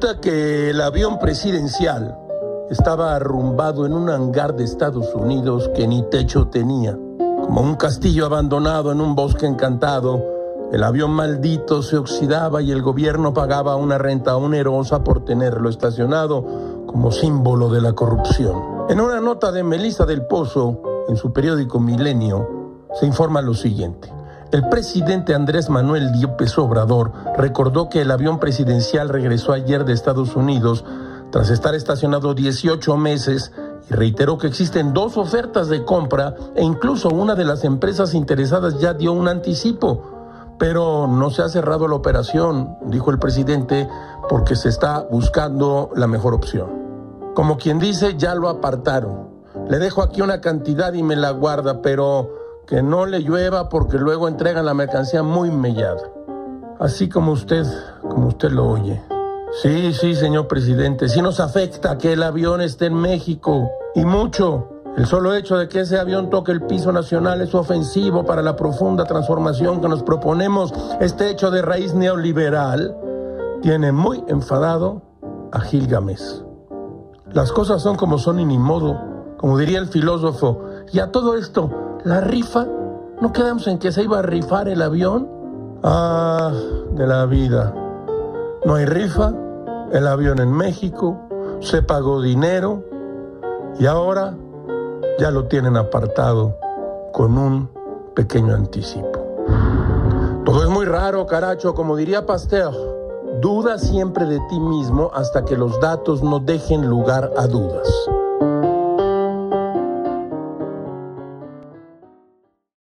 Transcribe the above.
Resulta que el avión presidencial estaba arrumbado en un hangar de Estados Unidos que ni techo tenía. Como un castillo abandonado en un bosque encantado, el avión maldito se oxidaba y el gobierno pagaba una renta onerosa por tenerlo estacionado como símbolo de la corrupción. En una nota de Melissa del Pozo, en su periódico Milenio, se informa lo siguiente. El presidente Andrés Manuel López Obrador recordó que el avión presidencial regresó ayer de Estados Unidos tras estar estacionado 18 meses y reiteró que existen 2 ofertas de compra e incluso una de las empresas interesadas ya dio un anticipo. Pero no se ha cerrado la operación, dijo el presidente, porque se está buscando la mejor opción. Como quien dice, ya lo apartaron. Le dejo aquí una cantidad y me la guarda, pero que no le llueva porque luego entregan la mercancía muy mellada. Así como usted lo oye. Sí, señor presidente, sí nos afecta que el avión esté en México, y mucho. El solo hecho de que ese avión toque el piso nacional es ofensivo para la profunda transformación que nos proponemos. Este hecho de raíz neoliberal tiene muy enfadado a Gil Gámez. Las cosas son como son y ni modo, como diría el filósofo. Y a todo esto, ¿la rifa? ¿No quedamos en que se iba a rifar el avión? Ah, de la vida. No hay rifa, el avión en México, se pagó dinero y ahora ya lo tienen apartado con un pequeño anticipo. Todo es muy raro, caracho, como diría Pasteur. Duda siempre de ti mismo hasta que los datos no dejen lugar a dudas.